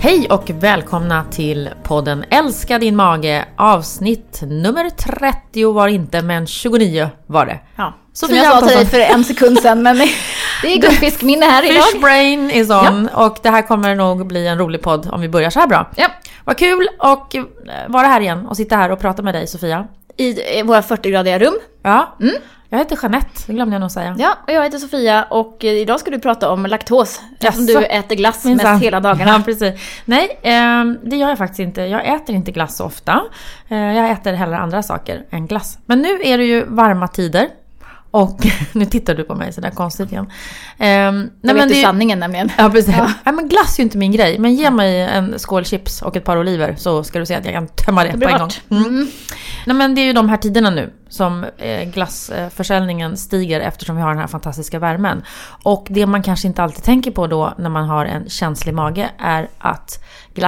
Hej och välkomna till podden Älska din mage. Avsnitt nummer 30 var inte, men 29 var det. Ja, som jag sa till dig för en sekund sedan, men det är guldfiskminne här idag. Fish brain is on, ja. Och det här kommer nog bli en rolig podd om vi börjar så här bra. Ja. Vad kul och vara här igen och sitta här och prata med dig, Sofia. I våra 40-gradiga rum. Ja, Jag heter Jeanette, det glömde jag nog säga. Ja, och jag heter Sofia och idag ska du prata om laktos. Eftersom du äter glass mest hela dagarna. Ja, precis. Nej, det gör jag faktiskt inte. Jag äter inte glass så ofta. Jag äter hellre andra saker än glass. Men nu är det ju varma tider. Och nu tittar du på mig så där konstigt igen. Jag vet du sanningen nämligen. Ja, precis. Ja. Ja, men glass är ju inte min grej. Men ge mig en skål chips och ett par oliver så ska du se att jag kan tömma det på en gång. Nej, men det är ju de här tiderna nu som glassförsäljningen stiger eftersom vi har den här fantastiska värmen. Och det man kanske inte alltid tänker på då när man har en känslig mage är att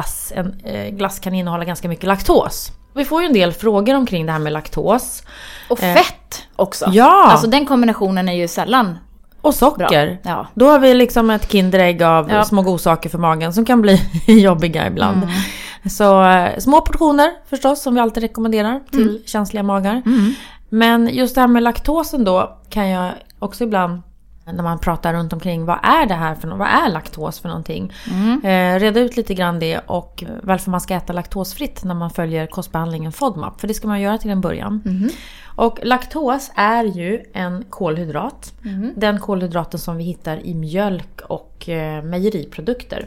glass kan innehålla ganska mycket laktos. Vi får ju en del frågor omkring det här med laktos. Och fett också. Ja. Alltså den kombinationen är ju sällan. Och socker. Ja. Då har vi liksom ett kinderägg av små godsaker för magen som kan bli jobbiga ibland. Så små portioner förstås som vi alltid rekommenderar till känsliga magar. Men just det här med laktosen då kan jag också ibland, när man pratar runt omkring, vad är det här för vad är laktos för någonting? Reda ut lite grann det och varför man ska äta laktosfritt när man följer kostbehandlingen FODMAP. För det ska man göra till en början. Och laktos är ju en kolhydrat. Den kolhydraten som vi hittar i mjölk och mejeriprodukter.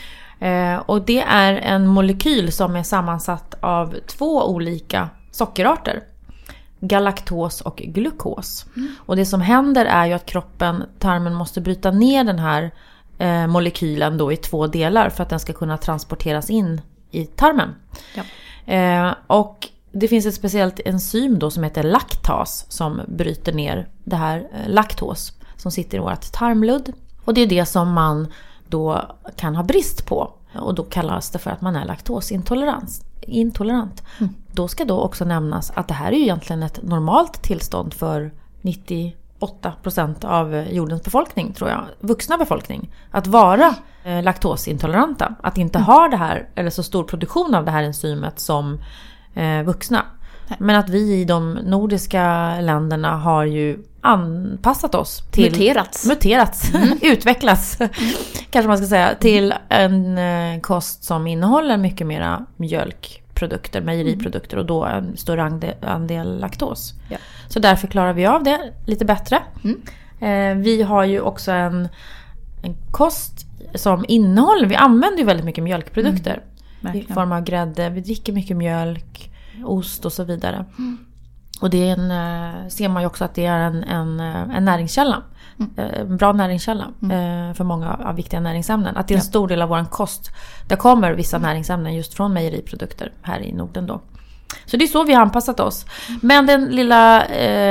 Och det är en molekyl som är sammansatt av 2 olika sockerarter. Galaktos och glukos. Och det som händer är ju att tarmen måste bryta ner den här molekylen då i 2 delar för att den ska kunna transporteras in i tarmen. Ja. Och det finns ett speciellt enzym då som heter laktas som bryter ner det här laktos som sitter i vårt tarmludd. Och det är det som man då kan ha brist på. Och då kallas det för att man är laktosintolerant. Då ska då också nämnas att det här är ju egentligen ett normalt tillstånd för 98% av jordens befolkning, tror jag. Vuxna befolkning. Att vara laktosintoleranta. Att inte ha det här, eller så stor produktion av det här enzymet som vuxna. Men att vi i de nordiska länderna har ju anpassat oss till muterats utvecklats kanske man ska säga, till en kost som innehåller mycket mera mjölkprodukter, mejeriprodukter och då en större andel laktos. Ja. Så därför klarar vi av det lite bättre. Vi har ju också en kost som innehåller, vi använder ju väldigt mycket mjölkprodukter i form av grädde, vi dricker mycket mjölk, ost och så vidare. Och det ser man ju också att det är en näringskälla. En bra näringskälla för många av viktiga näringsämnen. Att det är en stor del av vår kost. Där kommer vissa näringsämnen just från mejeriprodukter här i Norden då. Så det är så vi har anpassat oss. Men den lilla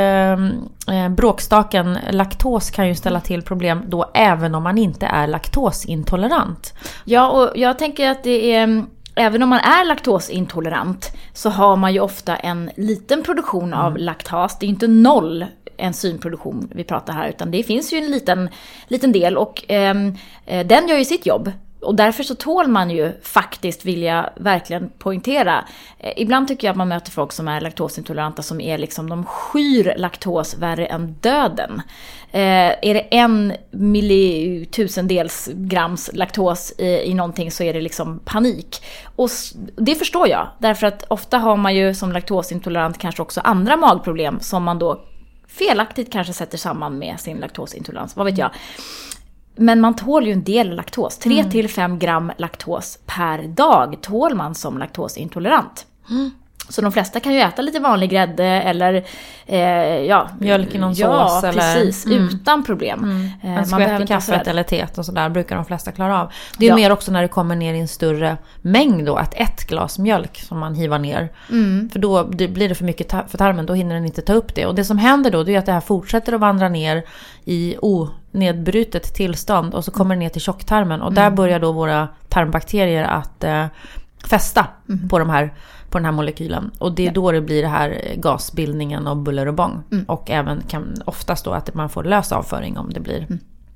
bråkstaken laktos kan ju ställa till problem då även om man inte är laktosintolerant. Ja, och jag tänker att det är... Även om man är laktosintolerant så har man ju ofta en liten produktion av laktas. Det är inte 0 enzymproduktion vi pratar här, utan det finns ju en liten del och den gör ju sitt jobb. Och därför så tål man ju faktiskt, vill jag verkligen poängtera. Ibland tycker jag att man möter folk som är laktosintoleranta som är liksom, de skyr laktos värre än döden. Är det 1 millitusendels grams laktos i någonting så är det liksom panik. Och det förstår jag, därför att ofta har man ju som laktosintolerant kanske också andra magproblem som man då felaktigt kanske sätter samman med sin laktosintolerans, vad vet jag. Men man tål ju en del laktos. 3-5 gram laktos per dag tål man som laktosintolerant. Så de flesta kan ju äta lite vanlig grädde eller mjölk i någon sås precis, utan problem. En skvätt i kaffet eller teet och sådär brukar de flesta klara av. Det är mer också när det kommer ner i en större mängd då, att 1 glas mjölk som man hivar ner. För då blir det för mycket för tarmen, då hinner den inte ta upp det. Och det som händer då, det är att det här fortsätter att vandra ner i nedbrutet tillstånd och så kommer det ner till tjocktarmen och där börjar då våra tarmbakterier att fästa på den här molekylen. Och det är då det blir det här gasbildningen och buller och bång. Och även kan oftast då att man får lös avföring om det blir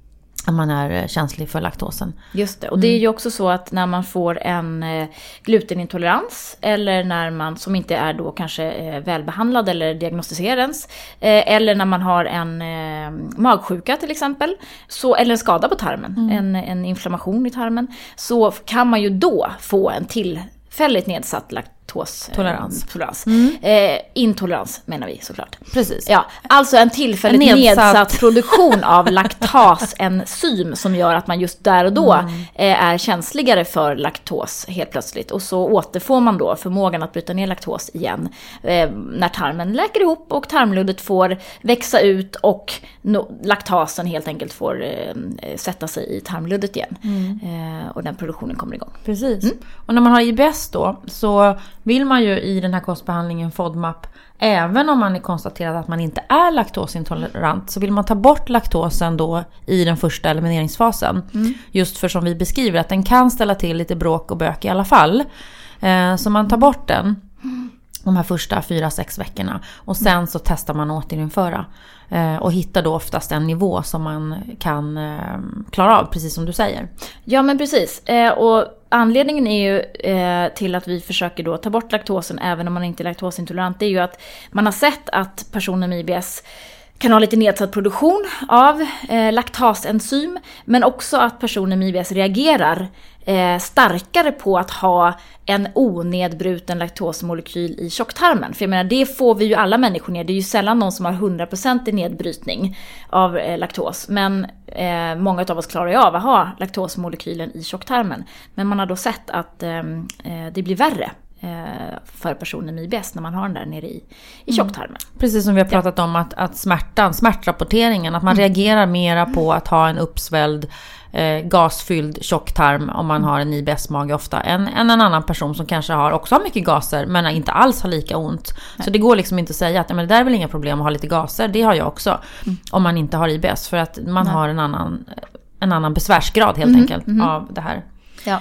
man är känslig för laktosen. Just det, och det är ju också så att när man får en glutenintolerans eller när man som inte är då kanske välbehandlad eller diagnostiserad ens, eller när man har en magsjuka till exempel, eller en skada på tarmen, en inflammation i tarmen, så kan man ju då få en tillfälligt nedsatt laktostolerans. Intolerans menar vi såklart. Precis. Ja, alltså en tillfälligt nedsatt produktion av laktasenzym som gör att man just där och då är känsligare för laktos helt plötsligt. Och så återfår man då förmågan att bryta ner laktos igen när tarmen läker ihop och tarmluddet får växa ut och laktasen helt enkelt får sätta sig i tarmluddet igen. Och den produktionen kommer igång. Precis. Och när man har IBS då så vill man ju i den här kostbehandlingen FODMAP, även om man är konstaterad att man inte är laktosintolerant, så vill man ta bort laktosen då i den första elimineringsfasen. Just för som vi beskriver att den kan ställa till lite bråk och bök i alla fall. Så man tar bort den de här första 4-6 veckorna. Och sen så testar man att återinföra. Och hittar då oftast en nivå som man kan klara av, precis som du säger. Ja, men precis. Och anledningen är ju till att vi försöker då ta bort laktosen även om man inte är laktosintolerant. Det är ju att man har sett att personer med IBS kan ha lite nedsatt produktion av laktasenzym, men också att personer med IBS reagerar starkare på att ha en onedbruten laktosmolekyl i tjocktarmen. För jag menar, det får vi ju alla människor ner. Det är ju sällan någon som har 100% i nedbrytning av laktos. Men många av oss klarar ju av att ha laktosmolekylen i tjocktarmen. Men man har då sett att det blir värre för personer med IBS när man har den där nere i tjocktarmen. Precis som vi har pratat om att smärtrapporteringen, att man reagerar mera på att ha en uppsvälld gasfylld tjocktarm om man har en IBS-mage ofta än en annan person som kanske också har mycket gaser men inte alls har lika ont. Nej. Så det går liksom inte att säga att men det där är väl inga problem att ha lite gaser. Det har jag också om man inte har IBS, för att man har en annan besvärsgrad helt enkelt av det här. Ja.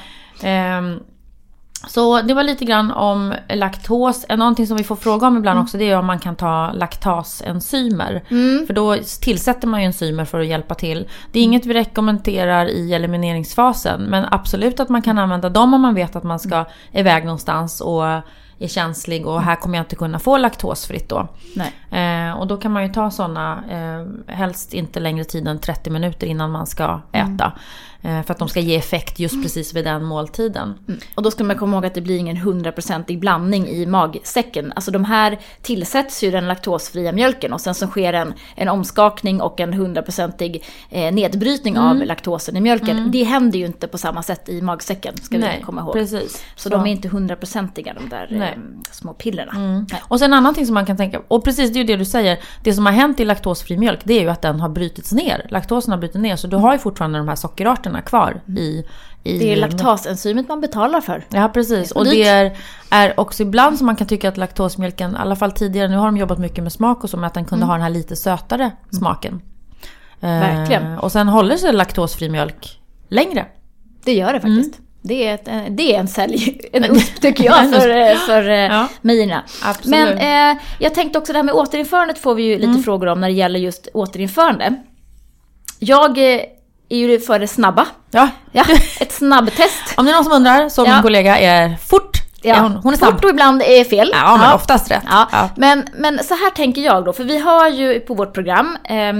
Så det var lite grann om laktos. Någonting som vi får fråga om ibland också, det är om man kan ta laktasenzymer. För då tillsätter man ju enzymer för att hjälpa till. Det är inget vi rekommenderar i elimineringsfasen, men absolut att man kan använda dem om man vet att man ska iväg någonstans och är känslig och här kommer jag inte kunna få laktosfritt då. Nej. Och då kan man ju ta sådana helst inte längre tid än 30 minuter innan man ska äta. För att de ska ge effekt just precis vid den måltiden. Och då ska man komma ihåg att det blir ingen 100% blandning i magsäcken. Alltså de här tillsätts ju den laktosfria mjölken och sen så sker en omskakning och en 100% nedbrytning av laktosen i mjölken. Det händer ju inte på samma sätt i magsäcken, ska vi komma ihåg. Precis. Så de är inte 100%iga, de där små pillerna. Och sen en annan ting som man kan tänka, och precis det är ju det du säger, det som har hänt i laktosfri mjölk, det är ju att den har brutits ner. Laktosen har brutits ner, så du har ju fortfarande de här sockerarterna kvar i det är laktasenzymet man betalar för. Ja, precis. Och det är också ibland som man kan tycka att laktosmjölken, i alla fall tidigare, nu har de jobbat mycket med smak och så, med att den kunde ha den här lite sötare smaken. Verkligen. Och sen håller sig laktosfri mjölk längre. Det gör det faktiskt. Det är en sälj, en USP tycker jag för mejerierna. Men jag tänkte också det här med återinförandet får vi ju lite frågor om när det gäller just återinförande. Jag är ju för det snabba. Ja, ett snabbtest. Om det är någon som undrar, så min kollega är fort. Ja, hon är snabb. Fort och ibland är fel. Ja, men oftast rätt. Ja. Men så här tänker jag då, för vi har ju på vårt program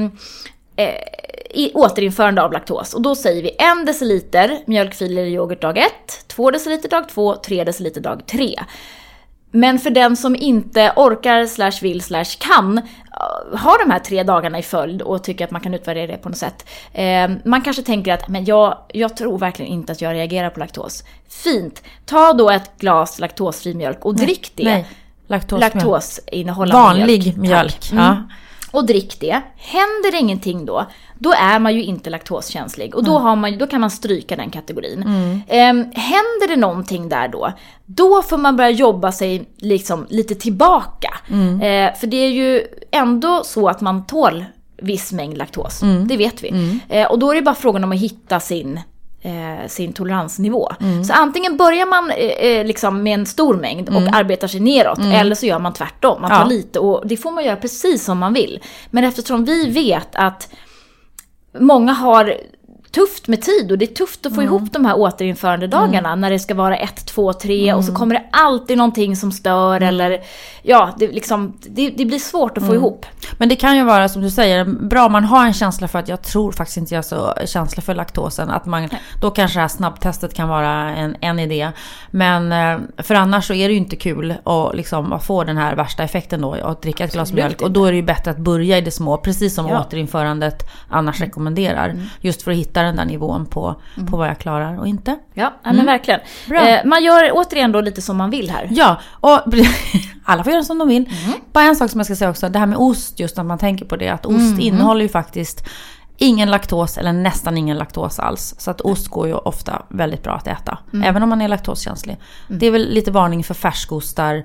i återinförande av laktos. Och då säger vi 1 deciliter mjölkfil eller yoghurt dag 1, 2 deciliter dag 2, 3 deciliter dag 3. Men för den som inte orkar /vill /kan ha de här 3 dagarna i följd och tycker att man kan utvärdera det på något sätt. Man kanske tänker att men jag tror verkligen inte att jag reagerar på laktos. Fint. Ta då ett glas laktosfri mjölk och drick det. Nej. Laktosinnehållande vanlig mjölk. Ja. Och drick det. Händer ingenting då är man ju inte laktoskänslig. Och då kan man stryka den kategorin. Händer det någonting där då får man börja jobba sig liksom lite tillbaka. För det är ju ändå så att man tål viss mängd laktos. Det vet vi. Och då är det bara frågan om att hitta sin toleransnivå. Så antingen börjar man liksom med en stor mängd och arbetar sig neråt, eller så gör man tvärtom. Man tar lite, och det får man göra precis som man vill. Men eftersom vi vet att många har tufft med tid och det är tufft att få ihop de här återinförandedagarna när det ska vara 1, 2, 3 och så kommer det alltid någonting som stör eller det blir svårt att få ihop. Men det kan ju vara som du säger, bra om man har en känsla för att jag tror faktiskt inte jag är så känslig för laktosen, att man då kanske det här snabbtestet kan vara en idé. Men för annars så är det ju inte kul att få den här värsta effekten då, att dricka ett glas mjölk, och då är det ju bättre att börja i det små, precis som återinförandet annars rekommenderar, just för att hitta den där nivån på vad jag klarar och inte. Ja, men verkligen. Man gör återigen då lite som man vill här. Ja, och alla får göra som de vill. Bara en sak som jag ska säga också, det här med ost, just när man tänker på det, att ost innehåller ju faktiskt ingen laktos eller nästan ingen laktos alls. Så att ost går ju ofta väldigt bra att äta, även om man är laktoskänslig. Det är väl lite varning för färskostar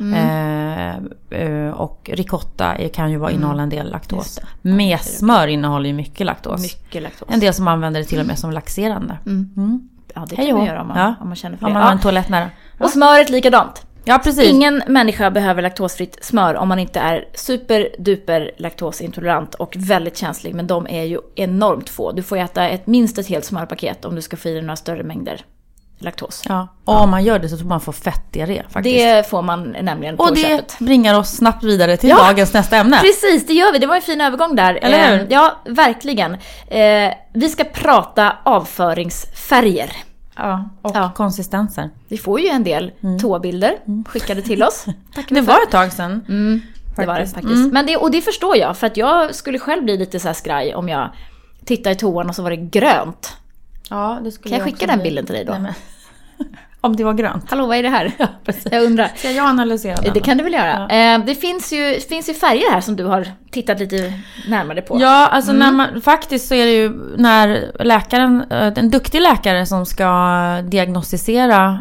och ricotta kan ju innehålla en del laktos. Smör innehåller ju mycket laktos. En del som använder det till och med som laxerande. Ja, det kan man göra om man känner för det. Om man har en toalett nära. Och smöret likadant. Ja, precis. Ingen människa behöver laktosfritt smör om man inte är superduper laktosintolerant och väldigt känslig. Men de är ju enormt få. Du får äta minst ett helt smörpaket om du ska få i dig några större mängder laktos. Ja, och om man gör det så tror man får fettdiarré faktiskt. Det får man nämligen på och köpet. Det bringar oss snabbt vidare till dagens nästa ämne. Precis, det gör vi. Det var en fin övergång där. Eller hur? Ja, verkligen. Vi ska prata avföringsfärger. Ja, och konsistenser. Vi får ju en del tåbilder skickade till oss. Det var ett tag sedan. Det var det faktiskt. Men det förstår jag, för att jag skulle själv bli lite så här skraj om jag tittar i toan och så var det grönt. Ja, det skulle kan jag skicka den bilden till dig då? Nej, om det var grönt. Hallå, vad är det här? Ja, jag undrar. Ska jag analysera den? Det kan du väl göra. Ja. Det finns ju färger här som du har tittat lite närmare på. Ja, alltså faktiskt så är det ju när en duktig läkare som ska diagnostisera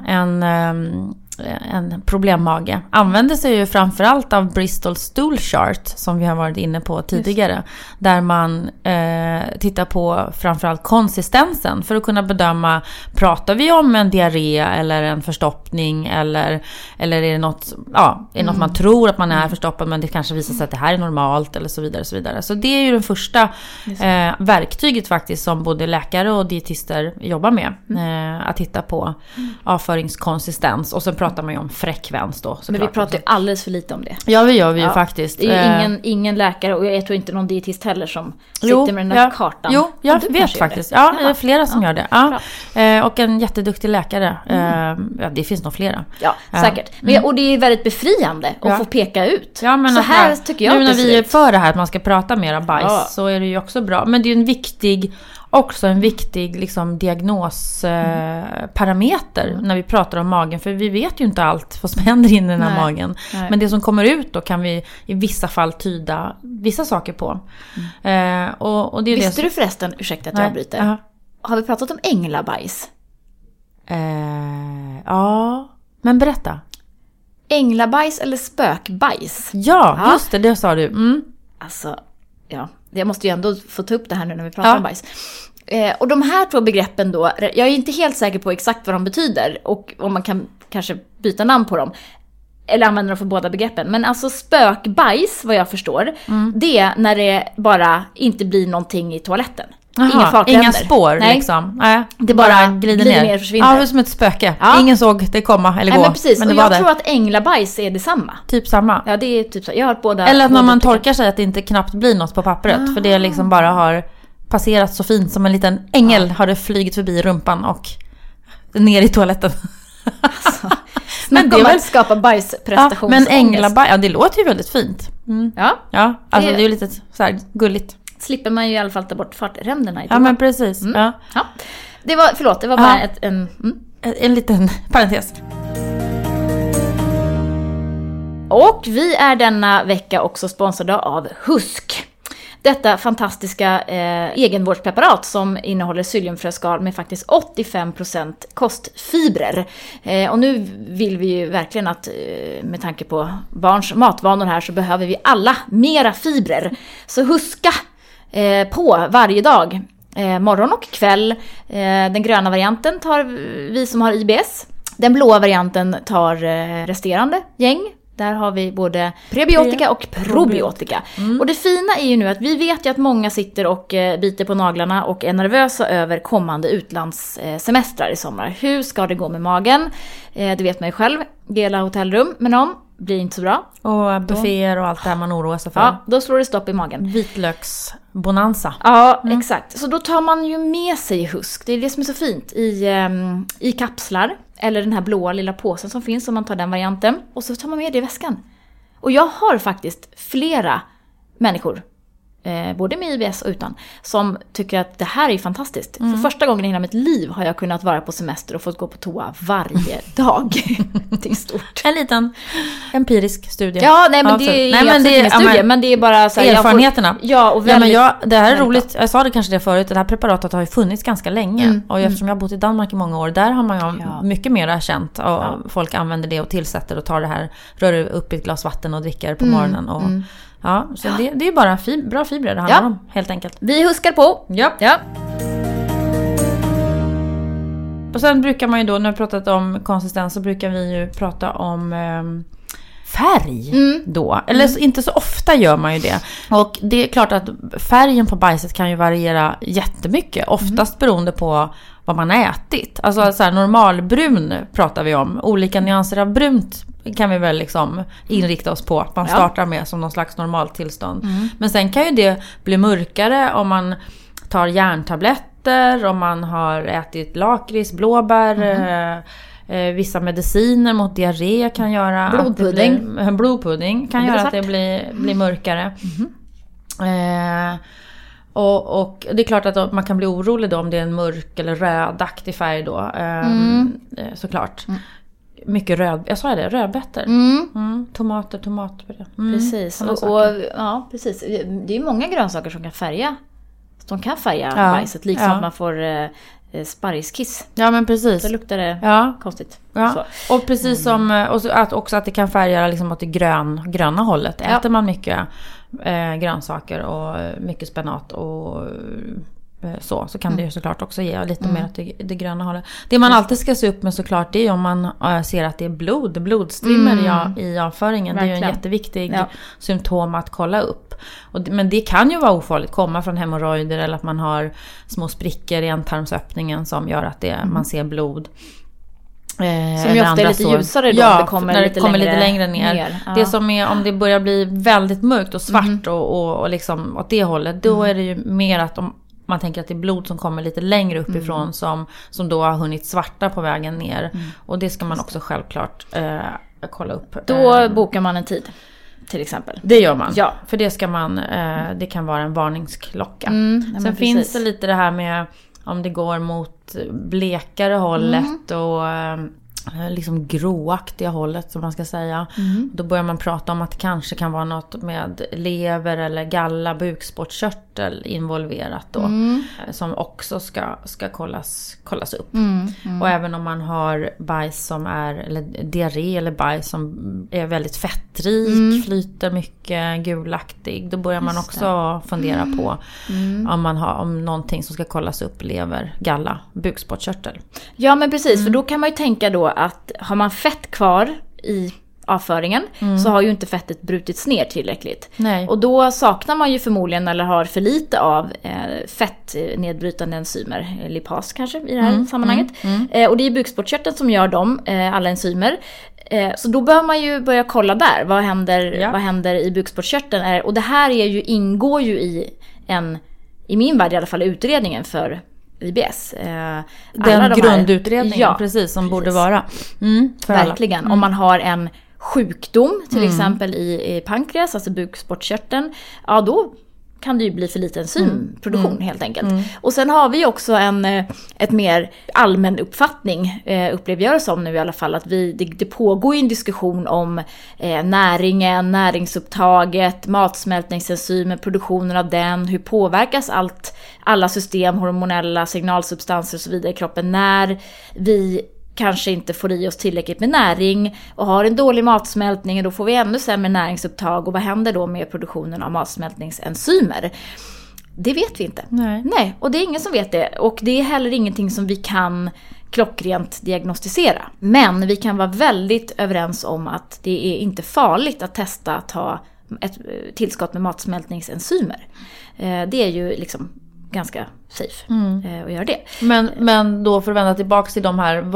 en problemmage använder sig ju framförallt av Bristol Stool Chart som vi har varit inne på tidigare, där man tittar på framförallt konsistensen för att kunna bedöma, pratar vi om en diarré eller en förstoppning eller är det något något man tror att man är förstoppad men det kanske visar sig att det här är normalt eller så vidare och så vidare. Så det är ju den första verktyget faktiskt som både läkare och dietister jobbar med, att titta på avföringskonsistens, och sen pratar man ju om frekvens då. Men vi pratar ju alldeles för lite om det. Ja, vi gör ju faktiskt. Det är ju ingen läkare, och jag tror inte någon dietist heller som sitter med den där kartan. Jo, jag vet faktiskt. Ja, det är flera som gör det. Ja. Och en jätteduktig läkare. Det finns nog flera. Ja, säkert. Och det är väldigt befriande att få peka ut. Ja, men så här tycker jag nu när vi är för det här att man ska prata mer om bajs så är det ju också bra. Men det är ju en viktig liksom diagnosparameter när vi pratar om magen, för vi vet ju inte allt vad som händer inne i den här magen. Nej. Men det som kommer ut då kan vi i vissa fall tyda vissa saker på. Och det är Visste du förresten, ursäkta att jag bryter, har vi pratat om änglabajs? Ja, men berätta. Änglabajs eller spökbajs? Ja, just det sa du. Alltså, jag måste ju ändå få ta upp det här nu när vi pratar om bajs. Och de här två begreppen då, jag är inte helt säker på exakt vad de betyder och om man kan kanske byta namn på dem eller använda dem för båda begreppen. Men alltså spökbajs, vad jag förstår, det är när det bara inte blir någonting i toaletten. Inga spår. Nej. Liksom. Nej, det bara glider ner. Försvinner. Ja, det är som ett spöke. Ja. Ingen såg det komma eller gå. Men precis, men och jag tror att änglabajs är detsamma. Typ samma. Ja, det är typ så. Jag har båda. Eller att när man torkar sig att det inte knappt blir något på pappret. För det liksom bara har passerat så fint som en liten ängel har det flygit förbi rumpan och ner i toaletten. Alltså, men det är väl skapa bajsprestationsångest. Men änglabajs, det låter ju väldigt fint. Ja, alltså det är ju lite så här gulligt. Slipper man ju i alla fall ta bort fartränderna i toan. Ja, men precis. Ja. Det var bara en liten parentes. Och vi är denna vecka också sponsrade av Husk. Detta fantastiska egenvårdspreparat som innehåller psylliumfröskal med faktiskt 85% kostfibrer. Och nu vill vi ju verkligen att med tanke på barns matvanor här så behöver vi alla mera fibrer. Så huska på varje dag, morgon och kväll. Den gröna varianten tar vi som har IBS. Den blåa varianten tar resterande gäng. Där har vi både prebiotika och probiotika. Och det fina är ju nu att vi vet ju att många sitter och biter på naglarna och är nervösa över kommande utlandssemestrar i sommar. Hur ska det gå med magen? Det vet man ju själv. Dela hotellrum med någon blir inte så bra. Och bufféer och allt det här man oroar sig för. Ja, då slår det stopp i magen. Vitlöksbonanza. Ja, exakt. Så då tar man ju med sig husk. Det är det som är så fint i kapslar. Eller den här blåa lilla påsen som finns om man tar den varianten. Och så tar man med det i väskan. Och jag har faktiskt flera människor, både med IBS och utan, som tycker att det här är fantastiskt. För första gången i hela mitt liv har jag kunnat vara på semester och fått gå på toa varje dag. Det är stort. En liten empirisk studie. Ja, nej men det är ingen studie, men det är bara så här, erfarenheterna. Det här är roligt. Jag sa det kanske det förut, det här preparatet har ju funnits ganska länge. Och eftersom jag har bott i Danmark i många år, där har man ju mycket mer känt. Och folk använder det och tillsätter och tar det här, rör upp ett glas vatten och dricker på morgonen. Och ja, så det är ju bara bra fibrer det handlar om, helt enkelt. Vi huskar på. Ja. Och sen brukar man ju då, när vi pratat om konsistens, så brukar vi ju prata om färg då. Eller inte så ofta gör man ju det. Och det är klart att färgen på bajset kan ju variera jättemycket. Oftast beroende på vad man har ätit. Alltså så här, normalbrun pratar vi om. Olika nyanser av brunt kan vi väl liksom inrikta oss på. Man startar med som någon slags normaltillstånd. Men sen kan ju det bli mörkare om man tar järntabletter, om man har ätit lakrits, blåbär, vissa mediciner mot diarré kan göra blodpudding kan göra att det blir mörkare. Och det är klart att man kan bli orolig då om det är en mörk eller rödaktig färg då. Såklart. Mycket rödbetor. Tomatpuré. Precis. Ja, precis. Det är många grönsaker som kan färga. De kan färga bajset, liksom att man får sparriskiss. Ja, men precis. Så luktar det konstigt. Ja. Så. Och precis som också att det kan färga liksom åt det gröna hållet. Äter man mycket grönsaker och mycket spenat och så kan det ju såklart också ge lite mer åt det gröna hållet. Det man alltid ska se upp med såklart, det är om man ser att det är blodstrimmer i avföringen. Verkligen. Det är ju en jätteviktig symptom att kolla upp. Men det kan ju vara ofarligt, komma från hemorrojder eller att man har små sprickor i ändtarmsöppningen som gör att man ser blod. Som ju ofta är lite ljusare då, det kommer lite längre ner. Ja. Det som är, om det börjar bli väldigt mörkt och svart och liksom åt det hållet, då är det ju mer att man tänker att det är blod som kommer lite längre uppifrån som då har hunnit svarta på vägen ner. Och det ska man också självklart kolla upp. Då bokar man en tid, till exempel. Det gör man. Ja. För det ska man, det kan vara en varningsklocka. Sen finns det lite det här med om det går mot blekare hållet och liksom gråaktiga hållet som man ska säga. Då börjar man prata om att det kanske kan vara något med lever eller galla, bukspottkörtel involverat då. Som också ska kollas upp. Och även om man har bajs som är, eller diarré eller bajs som är väldigt fettrik, flyter mycket, gulaktig, då börjar man också fundera på om någonting som ska kollas upp, lever, galla, bukspottkörtel. Ja, men precis, för då kan man ju tänka då att har man fett kvar i avföringen så har ju inte fettet brutits ner tillräckligt. Nej. Och då saknar man ju förmodligen eller har för lite av fettnedbrytande enzymer, lipas kanske i det här sammanhanget. Och det är bukspottkörteln som gör dem, alla enzymer. Så då behöver man ju börja kolla där. Vad händer i bukspottkörteln? Och det här ingår ju i min värld i alla fall, utredningen för IBS. Den grundutredningen, precis, som borde vara. Verkligen. Om man har en sjukdom, till exempel i pankreas, alltså bukspottkörteln, ja då kan det ju bli för lite enzymproduktion helt enkelt. Och sen har vi också ett mer allmän uppfattning, upplever jag det som nu i alla fall, att det pågår en diskussion om näringen, näringsupptaget, matsmältningsenzymer, produktionen av den, hur påverkas alla system, hormonella signalsubstanser och så vidare i kroppen när vi kanske inte får i oss tillräckligt med näring och har en dålig matsmältning, och då får vi ännu sämre näringsupptag, och vad händer då med produktionen av matsmältningsenzymer? Det vet vi inte. Nej, och det är ingen som vet det, och det är heller ingenting som vi kan klockrent diagnostisera. Men vi kan vara väldigt överens om att det är inte farligt att testa att ta ett tillskott med matsmältningsenzymer. Det är ju liksom ganska safe att göra det. Men då för att vända tillbaka till de här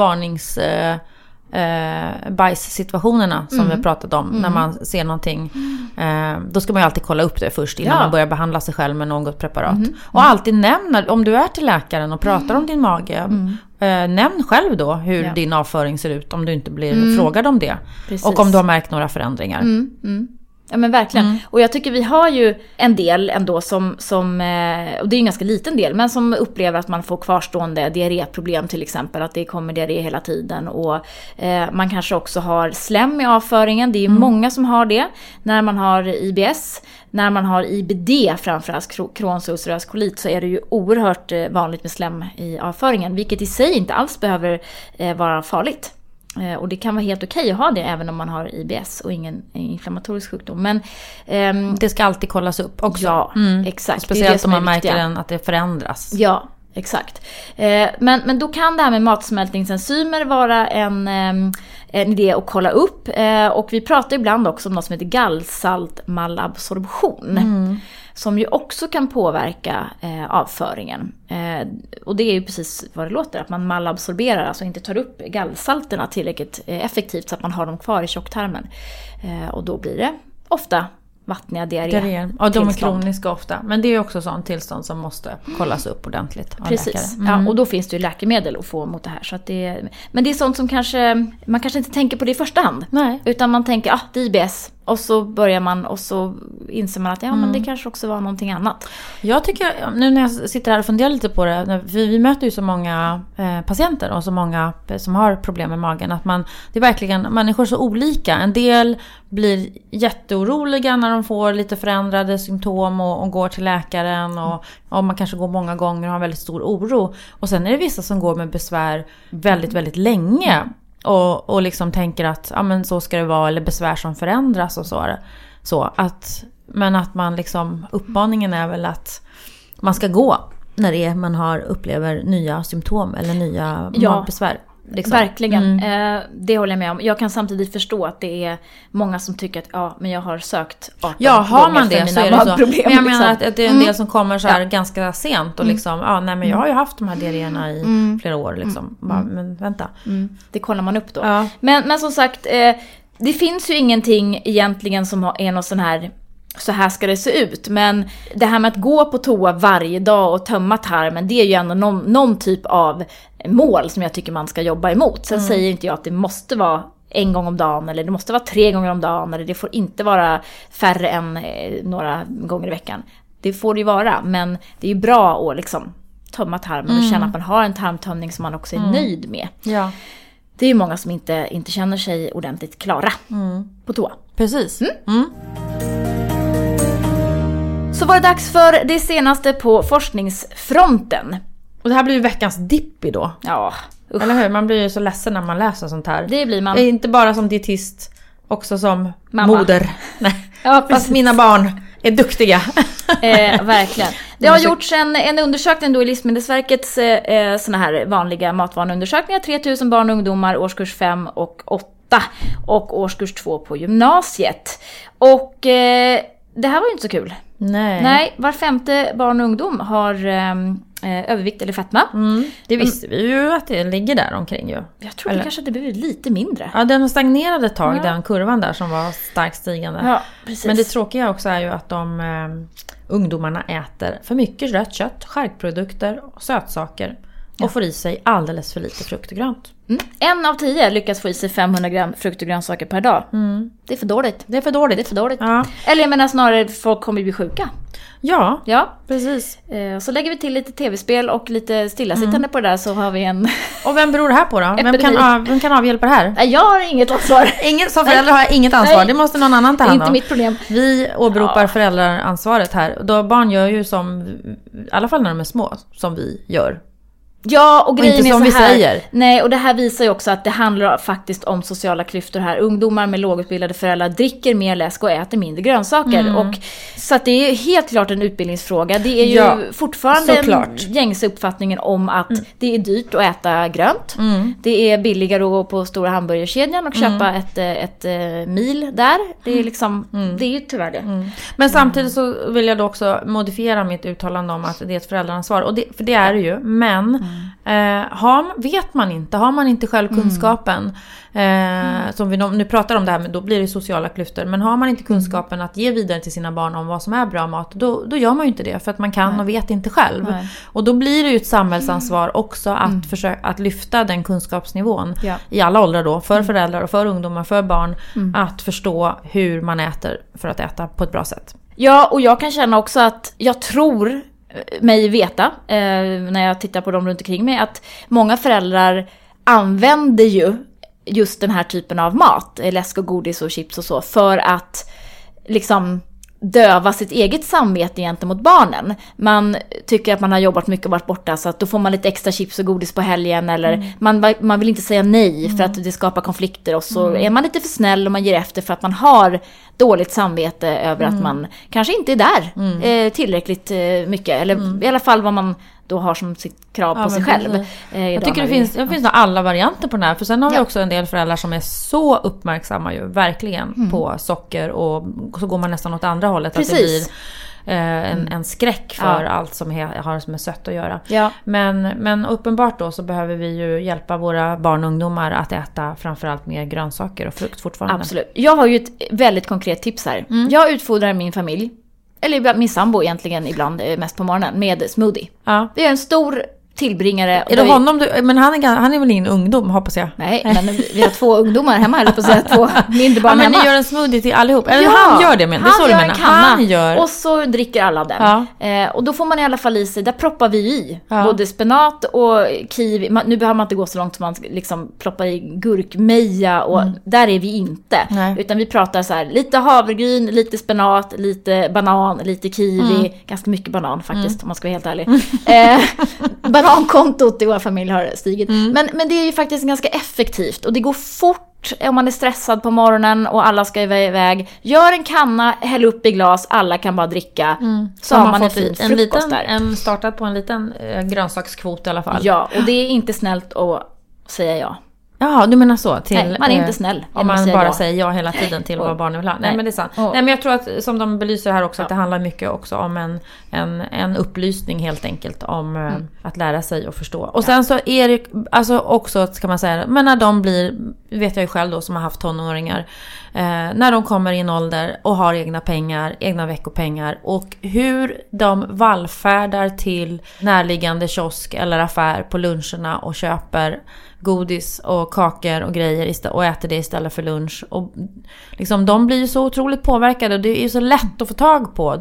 bajssituationerna som vi har pratat om, när man ser någonting, då ska man ju alltid kolla upp det först innan man börjar behandla sig själv med något preparat. Och alltid nämna, om du är till läkaren och pratar om din mage, nämn själv då hur din avföring ser ut om du inte blir frågad om det. Precis. Och om du har märkt några förändringar. Ja men verkligen. Och jag tycker vi har ju en del ändå som och det är en ganska liten del, men som upplever att man får kvarstående diarréproblem till exempel, att det kommer diarré hela tiden, och man kanske också har slem i avföringen. Det är ju många som har det när man har IBS. När man har IBD, framförallt Crohns ulcerös kolit, så är det ju oerhört vanligt med slem i avföringen, vilket i sig inte alls behöver vara farligt. Och det kan vara helt okej att ha det även om man har IBS och ingen inflammatorisk sjukdom. Men det ska alltid kollas upp också. Ja, exakt. Speciellt om man märker att det förändras. Ja, exakt. Men då kan det här med matsmältningsenzymer vara en idé att kolla upp. Och vi pratar ibland också om något som heter gallsaltmalabsorption. Som ju också kan påverka avföringen. Och det är ju precis vad det låter, att man malabsorberar, alltså inte tar upp gallsalterna tillräckligt effektivt så att man har dem kvar i tjocktarmen. Och då blir det ofta vattniga diarré. Och de är kroniska ofta. Men det är ju också sånt tillstånd som måste kollas upp ordentligt av precis. läkare. Ja, och då finns det ju läkemedel att få mot det här. Så att men det är sånt som man kanske inte tänker på det i första hand. Nej. Utan man tänker, det är IBS. Och så börjar man, och så inser man att men det kanske också var någonting annat. Jag tycker, nu när jag sitter här och funderar lite på det, vi möter ju så många patienter och så många som har problem med magen, att det är verkligen, människor är så olika. En del blir jätteoroliga när de får lite förändrade symptom och går till läkaren, och man kanske går många gånger och har väldigt stor oro. Och sen är det vissa som går med besvär väldigt, väldigt länge. Och liksom tänker att men så ska det vara, eller besvär som förändras och men att man liksom, uppmaningen är väl att man ska gå när man upplever nya symptom eller nya magbesvär. Liksom. Verkligen, det håller jag med om. Jag kan samtidigt förstå att det är många som tycker att men jag har sökt 18 har man det så är det så. Men jag menar att det är en del som kommer så här ganska sent och liksom, jag har ju haft de här diarréerna i flera år liksom. Men vänta. Det kollar man upp då. Ja. Men som sagt, det finns ju ingenting egentligen som är någon sån här, så här ska det se ut. Men det här med att gå på toa varje dag och tömma tarmen, det är ju ändå någon typ av mål som jag tycker man ska jobba emot. Sen säger inte jag att det måste vara 1 gång om dagen, eller det måste vara 3 gånger om dagen, eller det får inte vara färre än några gånger i veckan. Det får det ju vara, men det är ju bra att liksom tömma tarmen och känna att man har en tarmtömning som man också är nöjd med. Ja. Det är ju många som inte känner sig ordentligt klara på toa. Precis. Så var det dags för det senaste på forskningsfronten. Och det här blir ju veckans dippi då. Ja. Eller hur? Man blir ju så ledsen när man läser sånt här. Det blir man. Inte bara som dietist, också som mamma. Moder. Nej. Ja, fast mina barn är duktiga. Verkligen. Det har gjorts en undersökning då i Livsmedelsverkets såna här vanliga matvaneundersökningar. 3000 barn och ungdomar, årskurs 5 och 8 och årskurs 2 på gymnasiet. Och det här var ju inte så kul. Nej, var 5:e barn och ungdom har övervikt eller fetma. Det visste vi ju att det ligger där omkring ju. Jag tror kanske att det blev lite mindre. Ja, den stagnerade ett tag, den kurvan där som var starkt stigande. Ja, precis. Men det tråkiga också är ju att ungdomarna äter för mycket rött kött, charkprodukter och sötsaker. Och får i sig alldeles för lite frukt och grönt. 1 av 10 lyckas få i sig 500 gram frukt och grönsaker per dag. Det är för dåligt. Det är för dåligt. Ja. Eller jag menar snarare, folk kommer bli sjuka. Ja, precis. Så lägger vi till lite tv-spel och lite stillasittande på det där, så har vi en... Och vem beror det här på då? Vem kan avhjälpa det här? Jag har inget ansvar. Som förälder har jag inget ansvar. Nej. Det måste någon annan ta hand om. Det är inte mitt problem. Vi åberopar föräldraransvaret här. Då barn gör ju som, i alla fall när de är små, som vi gör. Ja, och grejen inte är som så vi här. säger. Nej, och det här visar ju också att det handlar faktiskt om sociala klyftor här. Ungdomar med lågutbildade föräldrar dricker mer läsk och äter mindre grönsaker. Och, så att det är helt klart en utbildningsfråga. Det är ju fortfarande en gängse uppfattningen om att det är dyrt att äta grönt. Det är billigare att gå på stora hamburgerkedjan och köpa ett mil där. Det är liksom, det är ju tyvärr det. Men samtidigt så vill jag då också modifiera mitt uttalande om att det är ett föräldraansvar. Och för det är det ju. Men vet har man inte själv kunskapen, som vi nu pratar om det här, men då blir det sociala klyftor, men har man inte kunskapen att ge vidare till sina barn om vad som är bra mat, då gör man ju inte det, för att man kan och vet inte själv. Och då blir det ju ett samhällsansvar också att försöka att lyfta den kunskapsnivån i alla åldrar då, för föräldrar och för ungdomar, för barn, att förstå hur man äter för att äta på ett bra sätt. Ja, och jag kan känna också att jag tror mig veta, när jag tittar på dem runt omkring mig, att många föräldrar använder ju just den här typen av mat, läsk och godis och chips och så, för att liksom döva sitt eget samvete gentemot barnen. Man tycker att man har jobbat mycket och varit borta, så att då får man lite extra chips och godis på helgen, eller man vill inte säga nej för att det skapar konflikter, och så är man lite för snäll och man ger efter för att man har dåligt samvete över att man kanske inte är där tillräckligt mycket, eller i alla fall vad man då har som sitt krav på sig själv. Jag tycker det finns alla varianter på den här. För sen har vi också en del föräldrar som är så uppmärksamma ju, verkligen, på socker, och så går man nästan åt andra hållet. Precis. Att det blir en skräck för allt som har med sött att göra. Ja. Men uppenbart då så behöver vi ju hjälpa våra barn och ungdomar att äta framförallt mer grönsaker och frukt fortfarande. Absolut. Jag har ju ett väldigt konkret tips här. Jag utfodrar min familj, eller min sambo egentligen ibland, mest på morgonen, med smoothie. Ja. Vi är en stor tillbringare. Är det honom men han är väl ingen ungdom, hoppas jag? Nej, men vi har 2 ungdomar hemma, eller på att säga 2 mindre barn hemma. Men ni gör en smoothie till allihop? Eller han gör det, men det är så du menar. Han gör. Och så dricker alla den. Ja. Och då får man i alla fall i sig, där proppar vi i både spenat och kiwi. Nu behöver man inte gå så långt som man liksom ploppar i gurkmeja, och där är vi inte. Nej. Utan vi pratar så här, lite havregryn, lite spenat, lite banan, lite kiwi, ganska mycket banan faktiskt, om man ska vara helt ärlig. Banankontot i vår familj har stigit. Men det är ju faktiskt ganska effektivt, och det går fort om man är stressad på morgonen och alla ska iväg. Gör en kanna, häll upp i glas, alla kan bara dricka. Så har man en fin frukost där. Startat på en liten grönsakskvot i alla fall. Ja, och det är inte snällt att säga ja. Ja, du menar så. Nej, man är inte snäll. Om man bara säger ja hela tiden till vad barnen vill ha. Nej, men det är sant. Nej, men jag tror att, som de belyser här också, att det handlar mycket också om en upplysning helt enkelt om att lära sig och förstå. Och sen så är det alltså också, ska man säga, men när de blir, vet jag ju själv då som har haft tonåringar, när de kommer i en ålder och har egna pengar, egna veckopengar, och hur de vallfärdar till närliggande kiosk eller affär på luncherna och köper godis och kakor och grejer och äter det istället för lunch. Och liksom, de blir ju så otroligt påverkade, och det är ju så lätt att få tag på.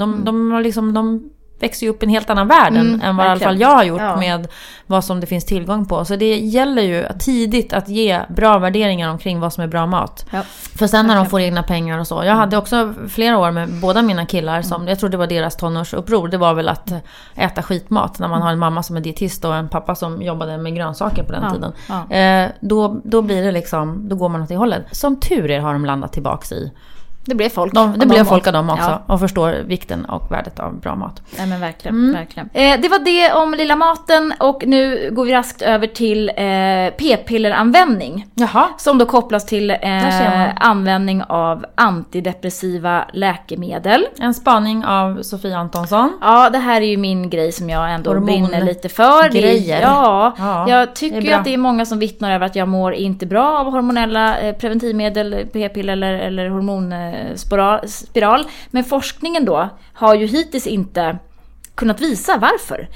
De växer ju upp i en helt annan värld än vad i alla fall jag har gjort med vad som det finns tillgång på. Så det gäller ju tidigt att ge bra värderingar omkring vad som är bra mat. Ja. För sen när de får egna pengar och så. Jag hade också flera år med båda mina killar som, jag tror det var deras tonårsuppror. Det var väl att äta skitmat när man har en mamma som är dietist och en pappa som jobbade med grönsaker på den tiden. Ja. Då blir det liksom, då går man åt det hållet. Som tur är har de landat tillbaks i. Det blev folk. Det blev folk av dem också. Och förstår vikten och värdet av bra mat. Nej, men verkligen. Verkligen. Det var det om lilla maten. Och nu går vi raskt över till p-pilleranvändning. Jaha. Som då kopplas till användning av antidepressiva läkemedel. En spaning av Sofia Antonsson. Ja, det här är ju min grej som jag ändå brinner lite för. Grejer. Jag tycker ju att det är många som vittnar över att jag mår inte bra av hormonella preventivmedel, p-piller eller hormonspiral. Men forskningen då har ju hittills inte kunnat visa varför.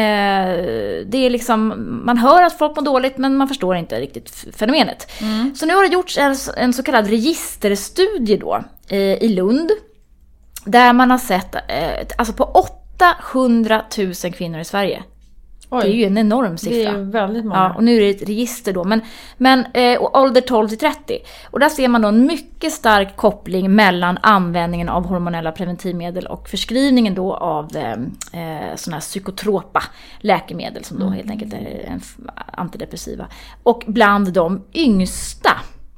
Det är liksom, man hör att folk mår dåligt, men man förstår inte riktigt fenomenet. Så nu har det gjorts en så kallad registerstudie då i Lund, där man har sett alltså på 800 000 kvinnor i Sverige. Oj. Det är ju en enorm siffra. Det är väldigt många. Ja, och nu är det ett register då. Men ålder 12-30. Och där ser man då en mycket stark koppling mellan användningen av hormonella preventivmedel och förskrivningen då av sådana här psykotropa läkemedel som då helt enkelt är antidepressiva. Och bland de yngsta.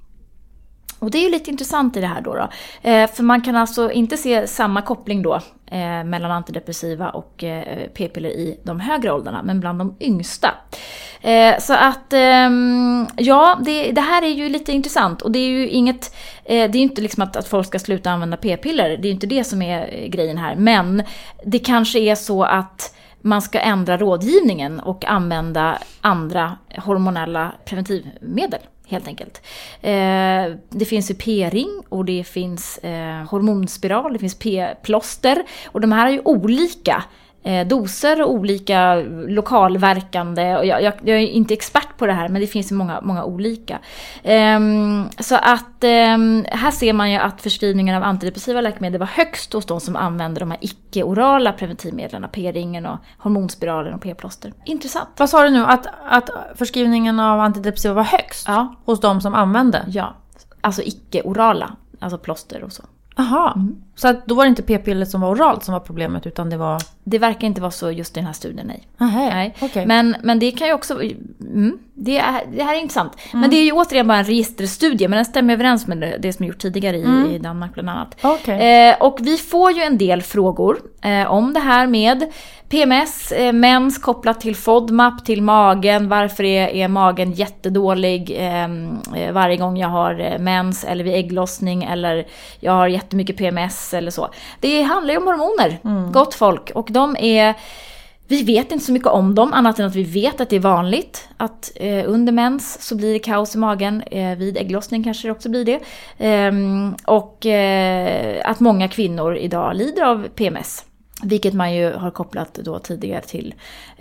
Och det är ju lite intressant i det här då. För man kan alltså inte se samma koppling då mellan antidepressiva och p-piller i de högre åldrarna, men bland de yngsta. Så att ja, det här är ju lite intressant, och det är ju inget, det är ju inte liksom att folk ska sluta använda p-piller, det är ju inte det som är grejen här, men det kanske är så att man ska ändra rådgivningen och använda andra hormonella preventivmedel. Helt enkelt. Det finns ju p-ring och det finns hormonspiral, det finns p-plåster, och de här är ju olika doser och olika lokalverkande, och jag är inte expert på det här, men det finns ju många olika. Så att här ser man ju att förskrivningen av antidepressiva läkemedel var högst hos de som använder de här icke-orala preventivmedlen, p-ringen och hormonspiralen och p-plåster. Intressant. Vad sa du nu? Att förskrivningen av antidepressiva var högst hos de som använde? Ja, alltså icke-orala, alltså plåster och så. Aha, så att då var det inte p-piller som var oralt som var problemet, utan det var... Det verkar inte vara så just i den här studien, nej. Nej. Okay. Men det kan ju också... Det här är intressant. Men det är ju återigen bara en registerstudie, men den stämmer överens med det som är gjort tidigare i Danmark bland annat. Okay. Och vi får ju en del frågor om det här med PMS, mens kopplat till FODMAP, till magen. Varför är magen jättedålig varje gång jag har mens eller vid ägglossning, eller jag har jättemycket PMS eller så. Det handlar ju om hormoner, gott folk. Och vi vet inte så mycket om dem, annat än att vi vet att det är vanligt att under mens så blir det kaos i magen, vid ägglossning kanske det också blir det. Och att många kvinnor idag lider av PMS. Vilket man ju har kopplat då tidigare till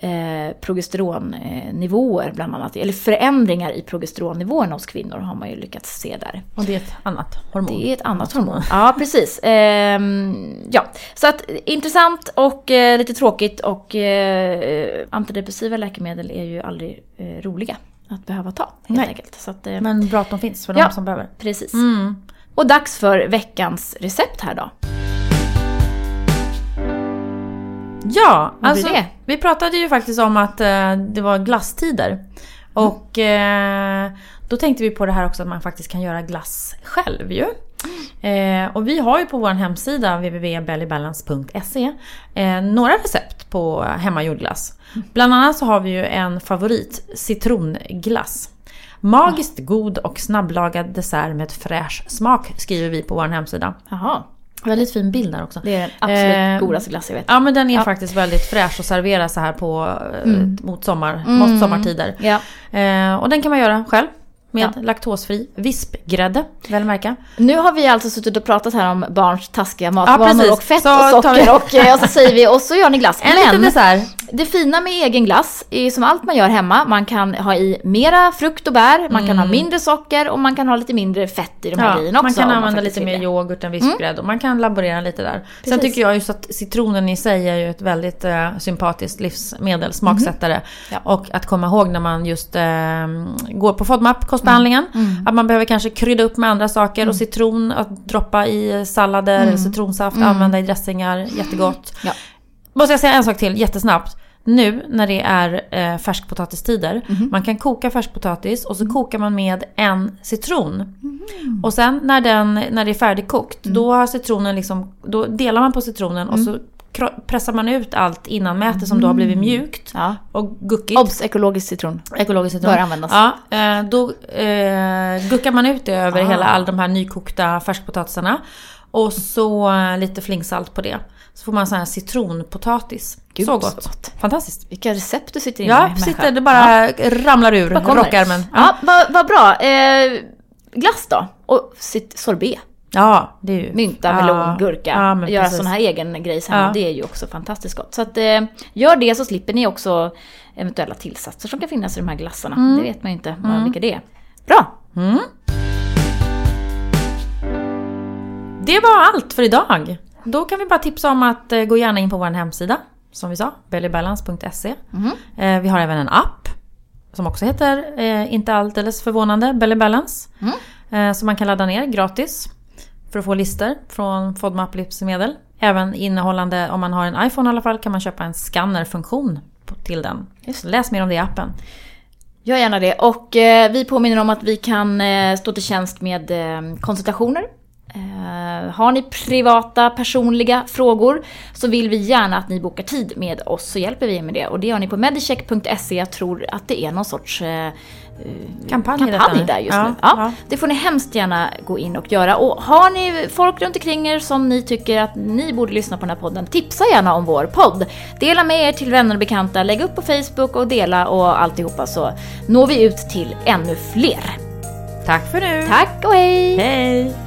progesteronnivåer bland annat. Eller förändringar i progesteronnivåerna hos kvinnor har man ju lyckats se där. Och det är ett annat hormon. Det är ett annat hormon. Ja, precis. Ja, så att intressant och lite tråkigt. Och antidepressiva läkemedel är ju aldrig roliga att behöva ta, helt enkelt. Så att, men bra att de finns för de som behöver. Precis. Och dags för veckans recept här då. Ja, alltså vi pratade ju faktiskt om att det var glasstider. Och då tänkte vi på det här också att man faktiskt kan göra glass själv ju. Och vi har ju på vår hemsida www.bellybalance.se några recept på hemmagjord glass. Bland annat så har vi ju en favorit, citronglass. Magiskt god och snabblagad dessert med fräsch smak, skriver vi på vår hemsida. Jaha. Väldigt fin bild där också. Det är den absolut godaste glass jag vet. Ja, men den är faktiskt väldigt fräsch att servera så här på mot sommartider. Ja. Och den kan man göra själv med laktosfri vispgrädde, väl märka. Nu har vi alltså suttit och pratat här om barns taskiga matvanor och fett så och socker och så säger vi, och så gör ni glass. Men det fina med egen glass är som allt man gör hemma. Man kan ha i mera frukt och bär, man kan ha mindre socker och man kan ha lite mindre fett i de här grejerna också. Man kan använda lite mer yoghurt än vispgrädde och man kan laborera lite där. Precis. Sen tycker jag just att citronen i sig är ju ett väldigt sympatiskt livsmedel, smaksättare. Ja. Och att komma ihåg när man just går på FODMAP, kostbehandlingen, att man behöver kanske krydda upp med andra saker och citron att droppa i sallader, citronsaft, använda i dressingar, jättegott. Ja. Måste jag säga en sak till jättesnabbt. Nu när det är färskpotatistider, man kan koka färskpotatis och så kokar man med en citron. Och sen när det är färdigkokt, då har citronen liksom, då delar man på citronen och så pressar man ut allt innanmäte som då har blivit mjukt och guckigt. Obs, ekologisk citron. Bör användas. Ja, då guckar man ut det över alla de här nykokta färskpotatisarna. Och så lite flingsalt på det. Så får man sån här citronpotatis. Gud, så gott. Fantastiskt. Vilka recept du sitter inne med. Det bara ramlar ur rockärmen. Ja, vad bra. Glass då? Och sorbet. Ja, det är ju... Mynta, melon, gurka. Göra sån här egen grej hemma. Det är ju också fantastiskt gott. Så att gör det, så slipper ni också eventuella tillsatser som kan finnas i de här glassarna. Det vet man ju inte vilka det är. Bra! Det var allt för idag. Då kan vi bara tipsa om att gå gärna in på vår hemsida som vi sa, bellybalance.se. Vi har även en app som också heter, inte alldeles förvånande, Belly Balance. Som man kan ladda ner gratis för att få lister från FODMAP livsmedel. Även innehållande, om man har en iPhone i alla fall, kan man köpa en scannerfunktion till den. Läs mer om det i appen. Gör gärna det. Och vi påminner om att vi kan stå till tjänst med konsultationer. Har ni privata, personliga frågor så vill vi gärna att ni bokar tid med oss, så hjälper vi med det. Och det gör ni på medicheck.se. Jag tror att det är någon sorts kampanj där just nu. Ja. Det får ni hemskt gärna gå in och göra. Och har ni folk runt omkring er som ni tycker att ni borde lyssna på den här podden, tipsa gärna om vår podd. Dela med er till vänner och bekanta, lägg upp på Facebook och dela och alltihopa, så når vi ut till ännu fler. Tack för nu. Tack och hej. Hej.